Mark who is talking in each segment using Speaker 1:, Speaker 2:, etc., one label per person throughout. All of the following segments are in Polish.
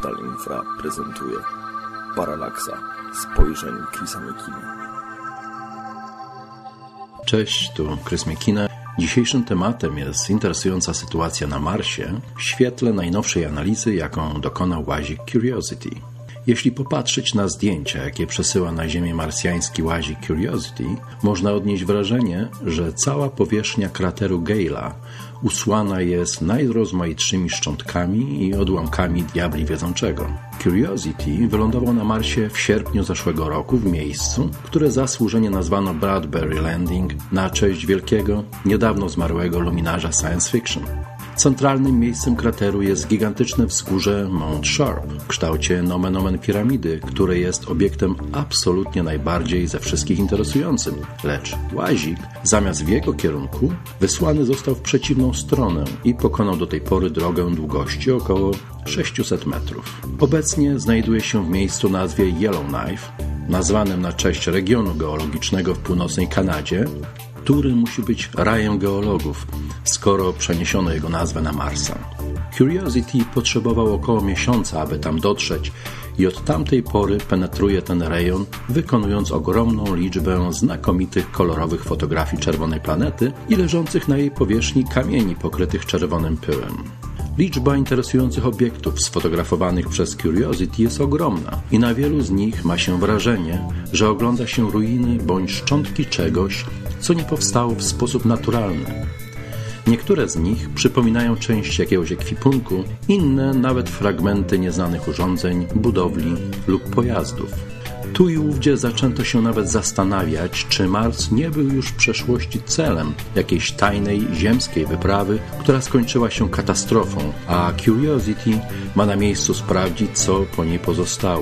Speaker 1: Portal Infra prezentuje Paralaksa spojrzeń Chrisa McKeena.
Speaker 2: Cześć, tu Chris McKeena. Dzisiejszym tematem jest interesująca sytuacja na Marsie w świetle najnowszej analizy, jaką dokonał łazik Curiosity. Jeśli popatrzeć na zdjęcia, jakie przesyła na Ziemię marsjański łazik Curiosity, można odnieść wrażenie, że cała powierzchnia krateru Gale'a usłana jest najrozmaitszymi szczątkami i odłamkami diabli wiedzącego. Curiosity wylądował na Marsie w sierpniu zeszłego roku w miejscu, które zasłużenie nazwano Bradbury Landing na cześć wielkiego, niedawno zmarłego luminarza science fiction. Centralnym miejscem krateru jest gigantyczne wzgórze Mount Sharp w kształcie nomen omen piramidy, które jest obiektem absolutnie najbardziej ze wszystkich interesującym. Lecz łazik, zamiast w jego kierunku, wysłany został w przeciwną stronę i pokonał do tej pory drogę długości około 600 metrów. Obecnie znajduje się w miejscu o nazwie Yellowknife, nazwanym na cześć regionu geologicznego w północnej Kanadzie, który musi być rajem geologów, skoro przeniesiono jego nazwę na Marsa. Curiosity potrzebował około miesiąca, aby tam dotrzeć i od tamtej pory penetruje ten rejon, wykonując ogromną liczbę znakomitych, kolorowych fotografii czerwonej planety i leżących na jej powierzchni kamieni pokrytych czerwonym pyłem. Liczba interesujących obiektów sfotografowanych przez Curiosity jest ogromna i na wielu z nich ma się wrażenie, że ogląda się ruiny bądź szczątki czegoś, co nie powstało w sposób naturalny. Niektóre z nich przypominają część jakiegoś ekwipunku, inne nawet fragmenty nieznanych urządzeń, budowli lub pojazdów. Tu i ówdzie zaczęto się nawet zastanawiać, czy Mars nie był już w przeszłości celem jakiejś tajnej ziemskiej wyprawy, która skończyła się katastrofą, a Curiosity ma na miejscu sprawdzić, co po niej pozostało.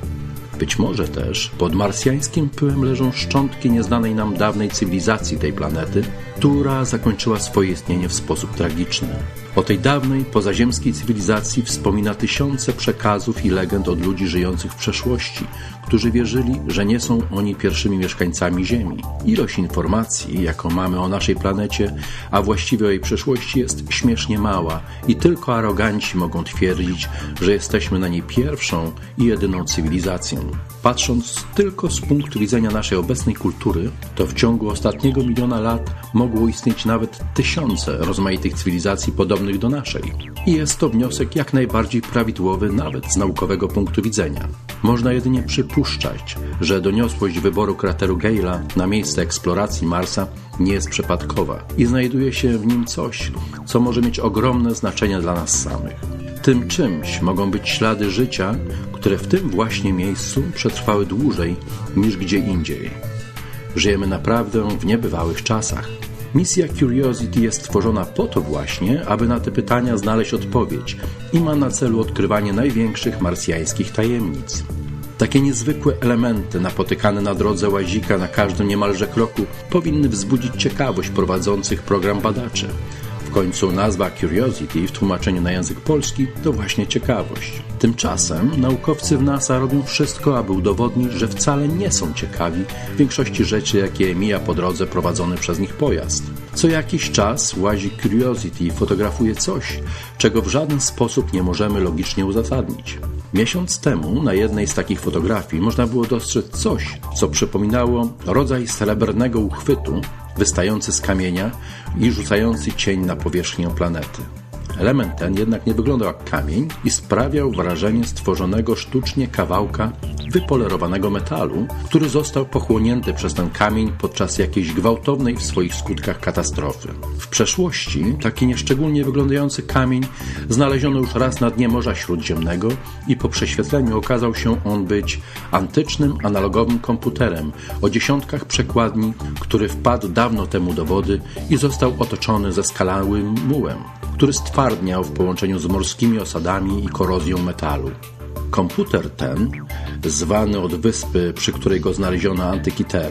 Speaker 2: Być może też pod marsjańskim pyłem leżą szczątki nieznanej nam dawnej cywilizacji tej planety, która zakończyła swoje istnienie w sposób tragiczny. O tej dawnej, pozaziemskiej cywilizacji wspomina tysiące przekazów i legend od ludzi żyjących w przeszłości, którzy wierzyli, że nie są oni pierwszymi mieszkańcami Ziemi. Ilość informacji, jaką mamy o naszej planecie, a właściwie o jej przeszłości, jest śmiesznie mała i tylko aroganci mogą twierdzić, że jesteśmy na niej pierwszą i jedyną cywilizacją. Patrząc tylko z punktu widzenia naszej obecnej kultury, to w ciągu ostatniego 1 000 000 lat mogło istnieć nawet tysiące rozmaitych cywilizacji podobnych do naszej. I jest to wniosek jak najbardziej prawidłowy nawet z naukowego punktu widzenia. Można jedynie przypuszczać, że doniosłość wyboru krateru Gale'a na miejsce eksploracji Marsa nie jest przypadkowa i znajduje się w nim coś, co może mieć ogromne znaczenie dla nas samych. Tym czymś mogą być ślady życia, które w tym właśnie miejscu przetrwały dłużej niż gdzie indziej. Żyjemy naprawdę w niebywałych czasach. Misja Curiosity jest stworzona po to właśnie, aby na te pytania znaleźć odpowiedź i ma na celu odkrywanie największych marsjańskich tajemnic. Takie niezwykłe elementy napotykane na drodze łazika na każdym niemalże kroku powinny wzbudzić ciekawość prowadzących program badaczy. W końcu nazwa Curiosity w tłumaczeniu na język polski to właśnie ciekawość. Tymczasem naukowcy w NASA robią wszystko, aby udowodnić, że wcale nie są ciekawi większości rzeczy, jakie mija po drodze prowadzony przez nich pojazd. Co jakiś czas łazik Curiosity fotografuje coś, czego w żaden sposób nie możemy logicznie uzasadnić. Miesiąc temu na jednej z takich fotografii można było dostrzec coś, co przypominało rodzaj srebrnego uchwytu wystający z kamienia i rzucający cień na powierzchnię planety. Element ten jednak nie wyglądał jak kamień i sprawiał wrażenie stworzonego sztucznie kawałka wypolerowanego metalu, który został pochłonięty przez ten kamień podczas jakiejś gwałtownej w swoich skutkach katastrofy. W przeszłości taki nieszczególnie wyglądający kamień znaleziono już raz na dnie Morza Śródziemnego i po prześwietleniu okazał się on być antycznym, analogowym komputerem o dziesiątkach przekładni, który wpadł dawno temu do wody i został otoczony zeskalałym mułem, który stwardniał w połączeniu z morskimi osadami i korozją metalu. Komputer ten, zwany od wyspy, przy której go znaleziono Antikythera,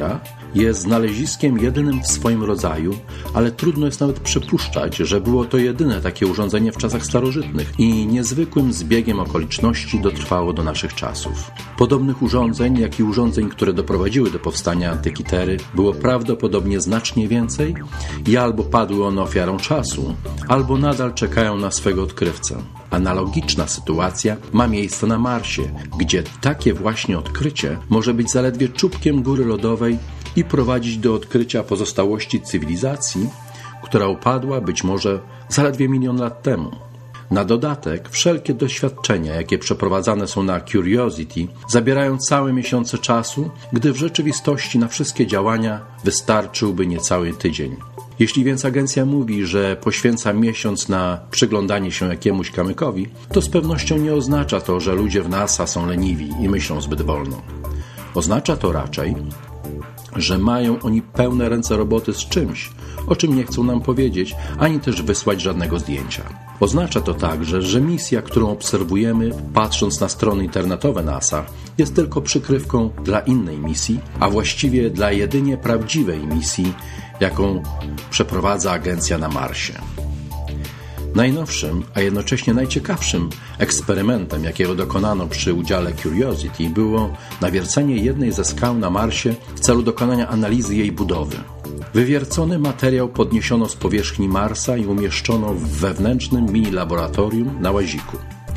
Speaker 2: jest znaleziskiem jedynym w swoim rodzaju, ale trudno jest nawet przypuszczać, że było to jedyne takie urządzenie w czasach starożytnych i niezwykłym zbiegiem okoliczności dotrwało do naszych czasów. Podobnych urządzeń, jak i urządzeń, które doprowadziły do powstania Antykitery, było prawdopodobnie znacznie więcej i albo padły one ofiarą czasu, albo nadal czekają na swego odkrywcę. Analogiczna sytuacja ma miejsce na Marsie, gdzie takie właśnie odkrycie może być zaledwie czubkiem góry lodowej i prowadzić do odkrycia pozostałości cywilizacji, która upadła być może zaledwie 1 000 000 lat temu. Na dodatek wszelkie doświadczenia, jakie przeprowadzane są na Curiosity, zabierają całe miesiące czasu, gdy w rzeczywistości na wszystkie działania wystarczyłby niecały tydzień. Jeśli więc agencja mówi, że poświęca miesiąc na przyglądanie się jakiemuś kamykowi, to z pewnością nie oznacza to, że ludzie w NASA są leniwi i myślą zbyt wolno. Oznacza to raczej, że mają oni pełne ręce roboty z czymś, o czym nie chcą nam powiedzieć, ani też wysłać żadnego zdjęcia. Oznacza to także, że misja, którą obserwujemy, patrząc na strony internetowe NASA, jest tylko przykrywką dla innej misji, a właściwie dla jedynie prawdziwej misji, jaką przeprowadza agencja na Marsie. Najnowszym, a jednocześnie najciekawszym eksperymentem, jakiego dokonano przy udziale Curiosity, było nawiercenie jednej ze skał na Marsie w celu dokonania analizy jej budowy. Wywiercony materiał podniesiono z powierzchni Marsa i umieszczono w wewnętrznym mini-laboratorium na Łaziku.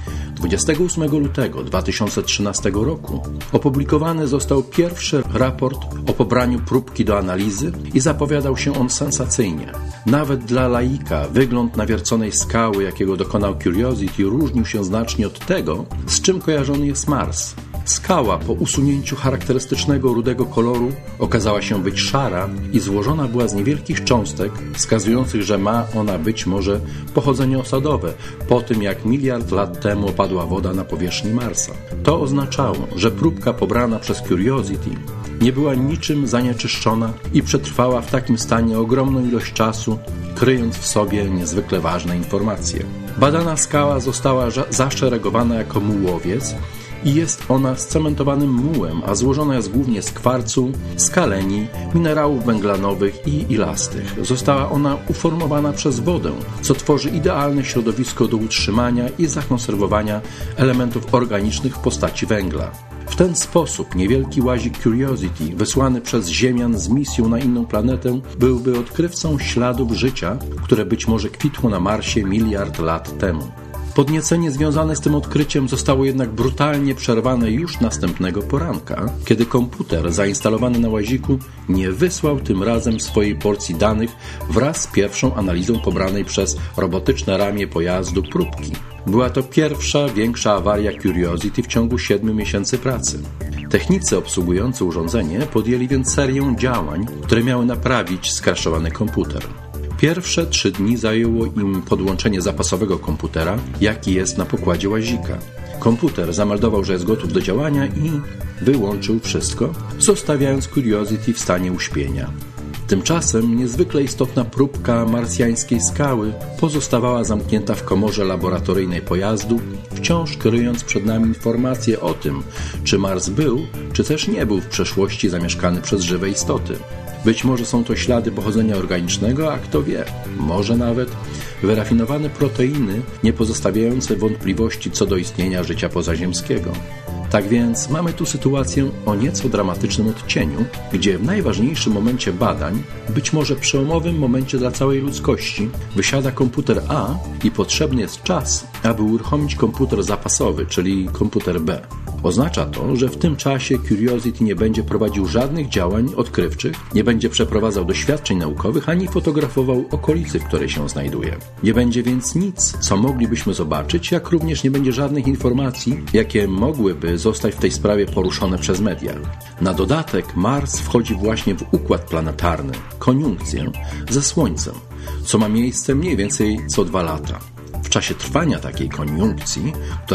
Speaker 2: 28 lutego 2013 roku opublikowany został pierwszy raport o pobraniu próbki do analizy i zapowiadał się on sensacyjnie. Nawet dla laika wygląd nawierconej skały, jakiego dokonał Curiosity, różnił się znacznie od tego, z czym kojarzony jest Mars. Skała po usunięciu charakterystycznego rudego koloru okazała się być szara i złożona była z niewielkich cząstek, wskazujących, że ma ona być może pochodzenie osadowe, po tym jak 1 000 000 lat temu opadła woda na powierzchni Marsa. To oznaczało, że próbka pobrana przez Curiosity nie była niczym zanieczyszczona i przetrwała w takim stanie ogromną ilość czasu, kryjąc w sobie niezwykle ważne informacje. Badana skała została zaszeregowana jako mułowiec i jest ona scementowanym mułem, a złożona jest głównie z kwarcu, skaleni, minerałów węglanowych i ilastych. Została ona uformowana przez wodę, co tworzy idealne środowisko do utrzymania i zakonserwowania elementów organicznych w postaci węgla. W ten sposób niewielki łazik Curiosity, wysłany przez Ziemian z misją na inną planetę, byłby odkrywcą śladów życia, które być może kwitło na Marsie 1 000 000 lat temu. Podniecenie związane z tym odkryciem zostało jednak brutalnie przerwane już następnego poranka, kiedy komputer zainstalowany na łaziku nie wysłał tym razem swojej porcji danych wraz z pierwszą analizą pobranej przez robotyczne ramię pojazdu próbki. Była to pierwsza większa awaria Curiosity w ciągu 7 miesięcy pracy. Technicy obsługujący urządzenie podjęli więc serię działań, które miały naprawić skraszowany komputer. Pierwsze 3 dni zajęło im podłączenie zapasowego komputera, jaki jest na pokładzie łazika. Komputer zameldował, że jest gotów do działania i wyłączył wszystko, zostawiając Curiosity w stanie uśpienia. Tymczasem niezwykle istotna próbka marsjańskiej skały pozostawała zamknięta w komorze laboratoryjnej pojazdu, wciąż kryjąc przed nami informacje o tym, czy Mars był, czy też nie był w przeszłości zamieszkany przez żywe istoty. Być może są to ślady pochodzenia organicznego, a kto wie, może nawet wyrafinowane proteiny nie pozostawiające wątpliwości co do istnienia życia pozaziemskiego. Tak więc mamy tu sytuację o nieco dramatycznym odcieniu, gdzie w najważniejszym momencie badań, być może przełomowym momencie dla całej ludzkości, wysiada komputer A i potrzebny jest czas, aby uruchomić komputer zapasowy, czyli komputer B. Oznacza to, że w tym czasie Curiosity nie będzie prowadził żadnych działań odkrywczych, nie będzie przeprowadzał doświadczeń naukowych, ani fotografował okolicy, w której się znajduje. Nie będzie więc nic, co moglibyśmy zobaczyć, jak również nie będzie żadnych informacji, jakie mogłyby zostać w tej sprawie poruszone przez media. Na dodatek Mars wchodzi właśnie w układ planetarny, koniunkcję, ze Słońcem, co ma miejsce mniej więcej co 2 lata. W czasie trwania takiej koniunkcji,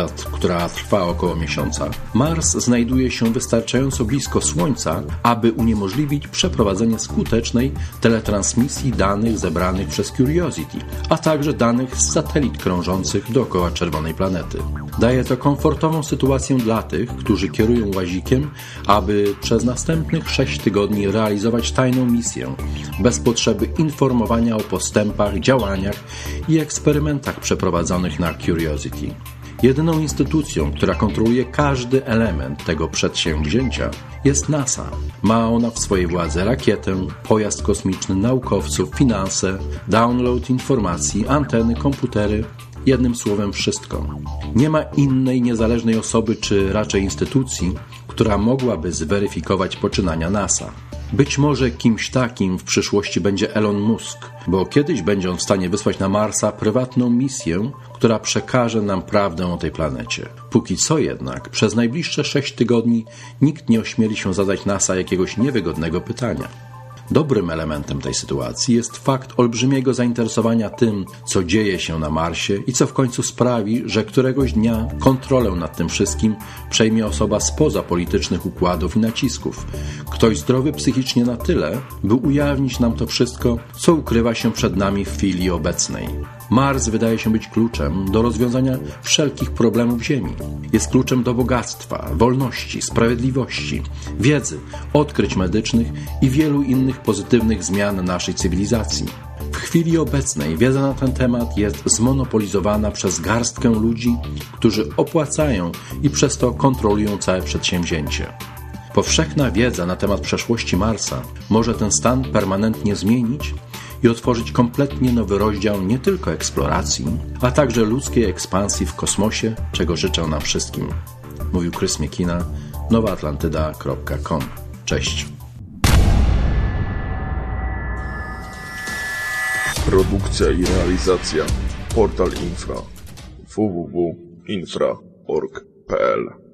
Speaker 2: która trwa około miesiąca, Mars znajduje się wystarczająco blisko Słońca, aby uniemożliwić przeprowadzenie skutecznej teletransmisji danych zebranych przez Curiosity, a także danych z satelit krążących dookoła czerwonej planety. Daje to komfortową sytuację dla tych, którzy kierują łazikiem, aby przez następnych 6 tygodni realizować tajną misję, bez potrzeby informowania o postępach, działaniach i eksperymentach przeprowadzonych na Curiosity. Jedyną instytucją, która kontroluje każdy element tego przedsięwzięcia, jest NASA. Ma ona w swojej władzy rakietę, pojazd kosmiczny, naukowców, finanse, download informacji, anteny, komputery, jednym słowem wszystko. Nie ma innej niezależnej osoby, czy raczej instytucji, która mogłaby zweryfikować poczynania NASA. Być może kimś takim w przyszłości będzie Elon Musk, bo kiedyś będzie on w stanie wysłać na Marsa prywatną misję, która przekaże nam prawdę o tej planecie. Póki co jednak, przez najbliższe 6 tygodni nikt nie ośmieli się zadać NASA jakiegoś niewygodnego pytania. Dobrym elementem tej sytuacji jest fakt olbrzymiego zainteresowania tym, co dzieje się na Marsie i co w końcu sprawi, że któregoś dnia kontrolę nad tym wszystkim przejmie osoba spoza politycznych układów i nacisków. Ktoś zdrowy psychicznie na tyle, by ujawnić nam to wszystko, co ukrywa się przed nami w chwili obecnej. Mars wydaje się być kluczem do rozwiązania wszelkich problemów Ziemi. Jest kluczem do bogactwa, wolności, sprawiedliwości, wiedzy, odkryć medycznych i wielu innych pozytywnych zmian naszej cywilizacji. W chwili obecnej wiedza na ten temat jest zmonopolizowana przez garstkę ludzi, którzy opłacają i przez to kontrolują całe przedsięwzięcie. Powszechna wiedza na temat przeszłości Marsa może ten stan permanentnie zmienić i otworzyć kompletnie nowy rozdział nie tylko eksploracji, a także ludzkiej ekspansji w kosmosie, czego życzę nam wszystkim. Mówił Chris McKenna, nowaatlantyda.com. Cześć.
Speaker 1: Produkcja i realizacja Portal Infra www.infra.org.pl